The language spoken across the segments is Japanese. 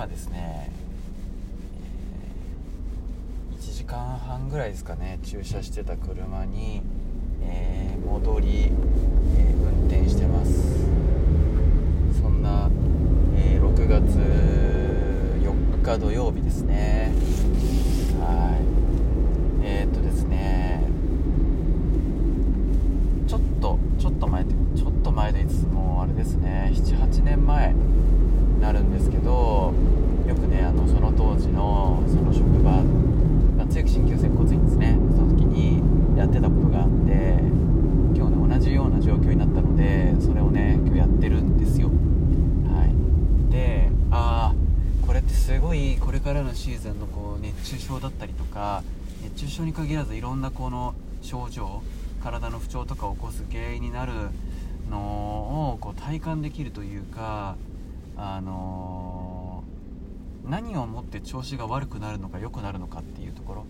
今ですね、1時間半ぐらいですかね、駐車してた車に、戻り、運転してます。そんな、6月4日土曜日ですね。はい。ですね、ちょっと前でいつもあれですね、7、8年前になるんですけど、よくね、その当時のその職場、松雪新旧接骨院ですね、その時にやってたことがあって、今日ね同じような状況になったので、それをね今日やってるんですよ。はい。で、これってすごいこれからのシーズンのこう熱中症だったりとか、熱中症に限らずいろんなこの症状、体の不調とかを起こす原因になるのをこう体感できるというか、何をもって調子が悪くなるのか良くなるのかっていうところ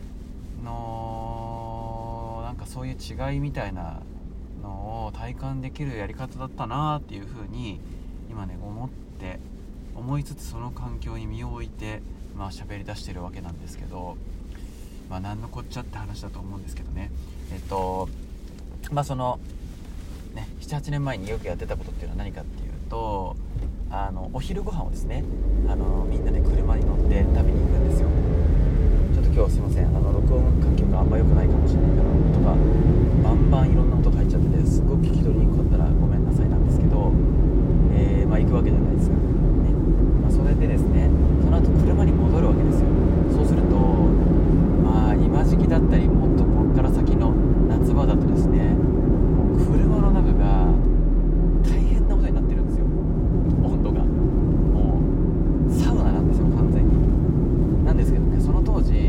のなんかそういう違いみたいなのを体感できるやり方だったなっていうふうに今ね思いつつ、その環境に身を置いて喋り出してるわけなんですけど、何のこっちゃって話だと思うんですけどね。そのね、7、8年前によくやってたことっていうのは何かっていうと、お昼ご飯をですね、みんなで車に乗って食べに行くんですよ。ちょっと今日すいません、録音環境があんま良くないかもしれないから、音がバンバンいろんな音が入っちゃってて、すごく聞き取りにくかったらごめんなさいなんですけど、行くわけじゃないですか、ね。それでですね、その後車に戻るわけですよ。そうすると今時期だったり、もっとこっから先の夏場だとですね、もう車の中が大変なことになってるんですよ。温度がもうサウナなんですよ、完全に。なんですけどね、その当時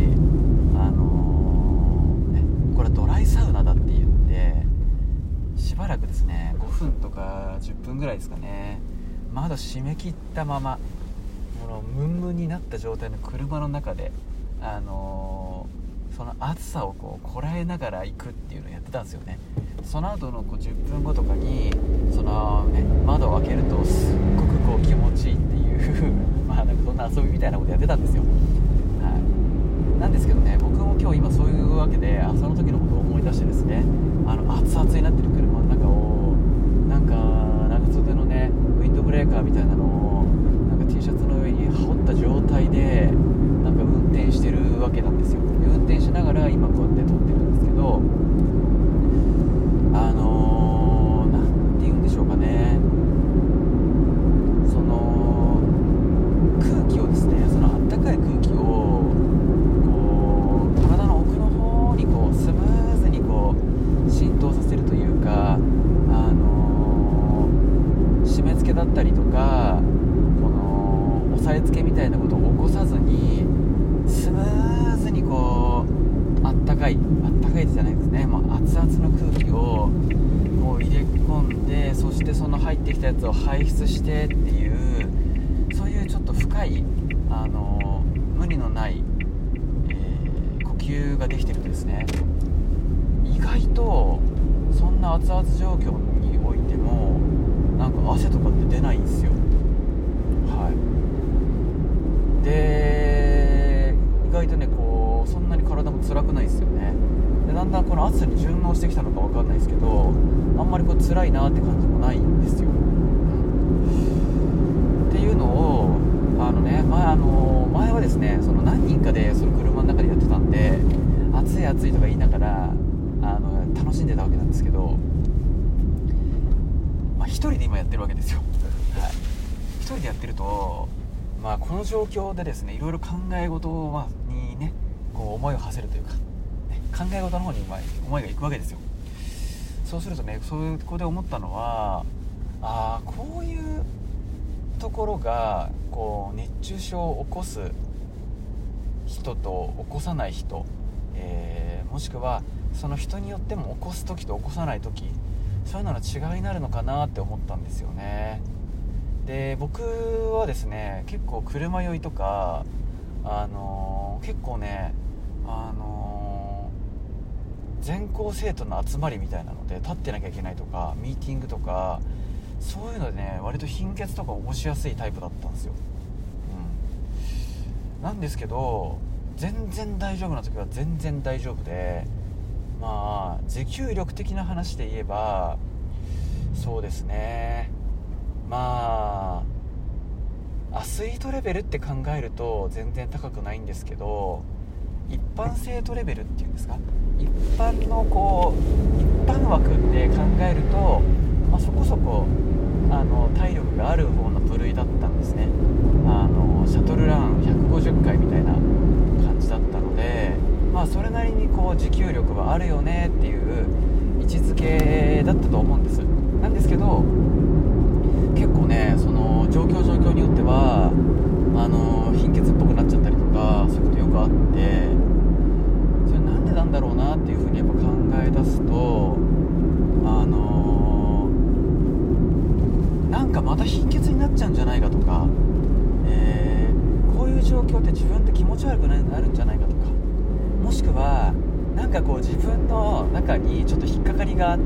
これドライサウナだって言って、しばらくですね、5分とか10分ぐらいですかね、窓閉め切ったままムンムンになった状態の車の中でその暑さをこらえながら行くっていうのをやってたんですよね。その後の10分後とかに窓を開けるとすっごく気持ちいいっていうなんかそんな遊びみたいなことやってたんですよ。はい。なんですけどね、僕も今日今そういうわけでその時のことを思い出してですね、熱々になってる車の中を長袖のねウィンドブレーカーみたいなのをT シャツの上に羽織った状態で運転してるわけなんですよ。運転しながら今こうやって撮ってるんですけど、なんて言うんでしょうかね、その空気をですね、その暖かい空気を体の奥の方にスムーズに浸透させるというか、締め付けだったりとか、押さえつけみたいなことを起こさずにスムーズにあったかいじゃないですね、熱々の空気を入れ込んで、そしてその入ってきたやつを排出してっていう、そういうちょっと深い無理のない、呼吸ができてるんですね。意外とそんな熱々状況においても汗とかって出ないんですよ。はい。で、意外とねそんなに体も辛くないですよね。で、だんだんこの暑さに順応してきたのか分かんないですけど、あんまり辛いなって感じもないんですよ。っていうのを前はですね、その何人かでその車の中でやってたんで、暑い暑いとか言いながら楽しんでたわけなんですけど、一人で今やってるわけですよ。はい。一人でやってるとこの状況でですね、いろいろ考え事にね思いを馳せるというか、考え事の方に思いがいくわけですよ。そうするとね、そこで思ったのは、こういうところが熱中症を起こす人と起こさない人、もしくはその人によっても起こす時と起こさない時、そういうのの違いになるのかなって思ったんですよね。で、僕はですね、結構車酔いとか結構ね全校生徒の集まりみたいなので立ってなきゃいけないとか、ミーティングとかそういうのでね、割と貧血とか起こしやすいタイプだったんですよ。 なんですけど全然大丈夫な時は全然大丈夫で、まあ持久力的な話で言えばそうですね、まあアスリートレベルって考えると全然高くないんですけど、一般生徒レベルっていうんですか、一般の一般枠で考えると、そこそこ体力がある方の部類だったんですね。シャトルラン150回みたいな感じだったので、それなりに持久力はあるよねっていう位置づけだったと思うんです。なんですけど結構ね、その状況によっては貧血っぽくなっちゃったりとか、そういうことよくあって、それなんでなんだろうなっていうふうにやっぱ考え出すと、なんかまた貧血になっちゃうんじゃないかとか、こういう状況って自分って気持ち悪くなるんじゃないかとか、もしくはなんか自分の中にちょっと引っかかりがあって、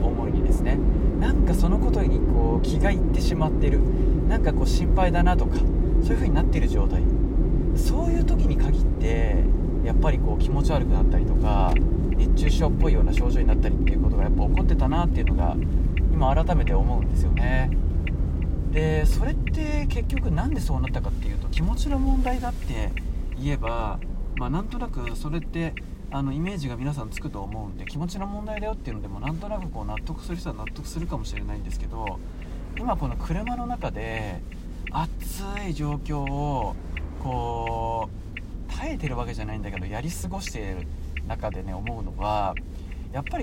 思いにですね、なんかそのことに気がいってしまってる、なんか心配だなとか、そういう風になっている状態、そういう時に限ってやっぱり気持ち悪くなったりとか、熱中症っぽいような症状になったりっていうことがやっぱ起こってたなっていうのが今改めて思うんですよね。でそれって結局なんでそうなったかっていうと、気持ちの問題だって言えば、なんとなくそれってイメージが皆さんつくと思うんで、気持ちの問題だよっていうのでもなんとなく納得する人は納得するかもしれないんですけど、今この車の中で暑い状況を耐えてるわけじゃないんだけどやり過ごしている中でね、思うのはやっぱり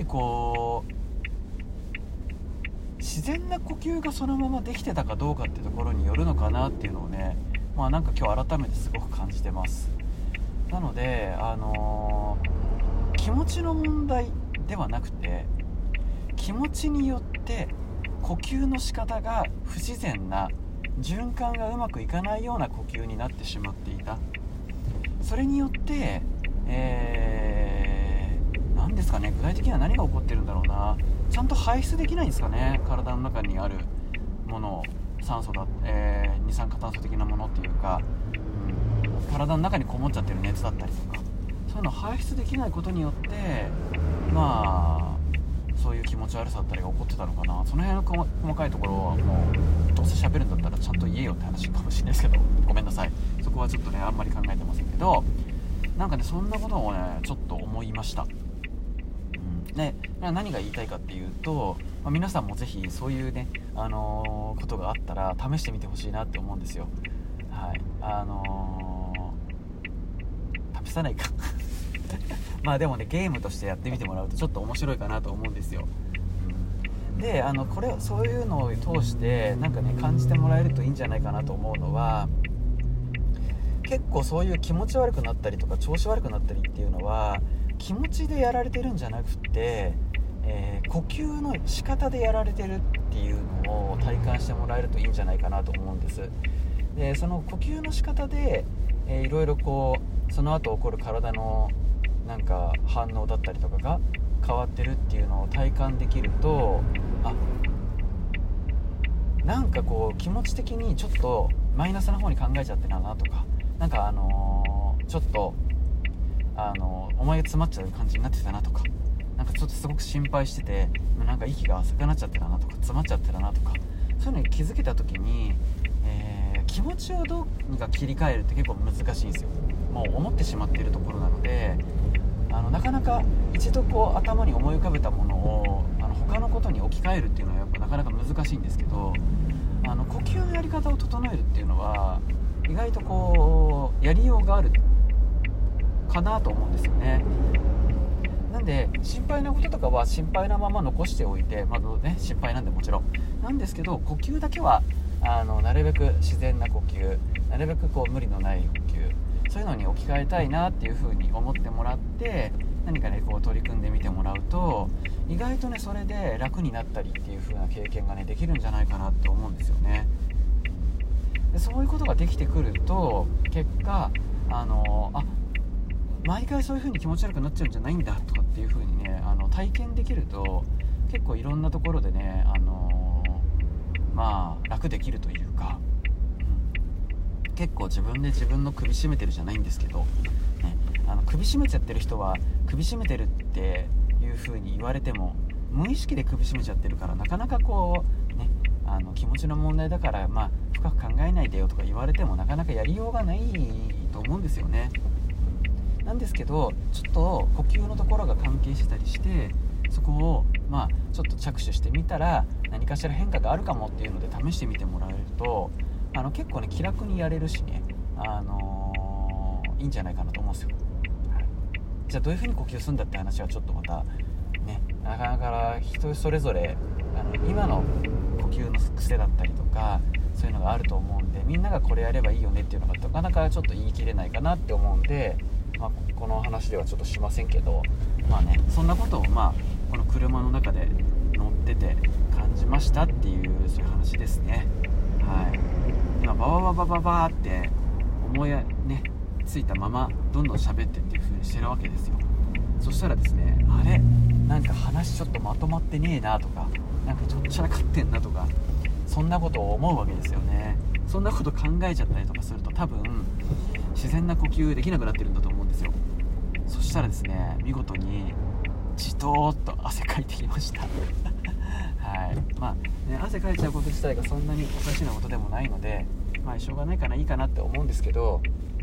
自然な呼吸がそのままできてたかどうかっていうところによるのかなっていうのをね、なんか今日改めてすごく感じてます。なので気持ちの問題ではなくて、気持ちによって呼吸の仕方が不自然な、循環がうまくいかないような呼吸になってしまっていた。それによって何ですかね、具体的には何が起こってるんだろうな、ちゃんと排出できないんですかね、体の中にあるものを、酸素だ、二酸化炭素的なものっていうか、体の中にこもっちゃってる熱だったりとか、そういうのを排出できないことによってそういう気持ち悪さだったりが起こってたのかな。その辺の細かいところはもうどうせ喋るんだったらちゃんと言えよって話かもしれないですけど、ごめんなさい、そこはちょっとねあんまり考えてませんけど、なんかねそんなことをねちょっと思いました。で何が言いたいかっていうと、皆さんもぜひそういうね、ことがあったら試してみてほしいなって思うんですよ。はい、試さないかでもねゲームとしてやってみてもらうとちょっと面白いかなと思うんですよ。でそういうのを通してなんかね感じてもらえるといいんじゃないかなと思うのは、結構そういう気持ち悪くなったりとか調子悪くなったりっていうのは気持ちでやられてるんじゃなくて、呼吸の仕方でやられてるっていうのを体感してもらえるといいんじゃないかなと思うんです。でその呼吸の仕方で、いろいろその後起こる体のなんか反応だったりとかが変わってるっていうのを体感できると、なんか気持ち的にちょっとマイナスな方に考えちゃってるなとか、なんかちょっと思いが詰まっちゃう感じになってたなとか、なんかちょっとすごく心配してて、なんか息が浅くなっちゃってたなとか、詰まっちゃってたなとか、そういうのに気づけた時に、気持ちをどうにか切り替えるって結構難しいんですよ。もう思ってしまっているところなので、なかなか一度頭に思い浮かべたものを他のことに置き換えるっていうのはやっぱなかなか難しいんですけど、呼吸のやり方を整えるっていうのは意外とやりようがあるかなと思うんですよね。なんで心配なこととかは心配なまま残しておいて、心配なんでもちろんなんですけど、呼吸だけはなるべく自然な呼吸、なるべく無理のない呼吸、そういうのに置き換えたいなっていう風に思ってもらって、何かね取り組んでみてもらうと意外とねそれで楽になったりっていう風な経験がねできるんじゃないかなって思うんですよね。でそういうことができてくると結果毎回そういう風に気持ち悪くなっちゃうんじゃないんだとかっていう風にね体験できると結構いろんなところでね楽できるというか、 結構自分で自分の首絞めてるじゃないんですけど、ね、首絞めちゃってる人は首絞めてるっていう風に言われても無意識で首絞めちゃってるから、なかなかこうね気持ちの問題だから、深く考えないでよとか言われてもなかなかやりようがないと思うんですよね。なんですけど、ちょっと呼吸のところが関係したりして、そこをちょっと着手してみたら何かしら変化があるかもっていうので試してみてもらえると、結構ね気楽にやれるしね、いいんじゃないかなと思うんですよ。じゃあどういう風に呼吸するんだって話はちょっとまたね、なかなか人それぞれ今の呼吸の癖だったりとかそういうのがあると思うんで、みんながこれやればいいよねっていうのがなかなかちょっと言い切れないかなって思うんで、この話ではちょっとしませんけど、そんなことをこの車の中で乗ってて感じましたっていうそういう話ですね。今バーって思いついたままどんどん喋ってっていう風にしてるわけですよ。そしたらですね、あれなんか話ちょっとまとまってねえなとか、なんかちょっとちゃらかってんなとか、そんなことを思うわけですよね。そんなこと考えちゃったりとかすると多分自然な呼吸できなくなってるんだと思うんですよ。そしたらですね、見事にじとーっと汗かいてきました汗かいちゃうこと自体がそんなにおかしなことでもないので、しょうがないかな、いいかなって思うんですけど、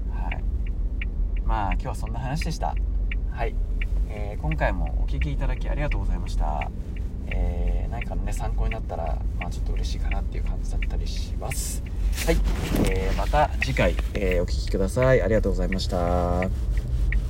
今日はそんな話でした。今回もお聞きいただきありがとうございました。何かの参考になったらちょっと嬉しいかなっていう感じだったりします。また次回、お聞きください。ありがとうございました。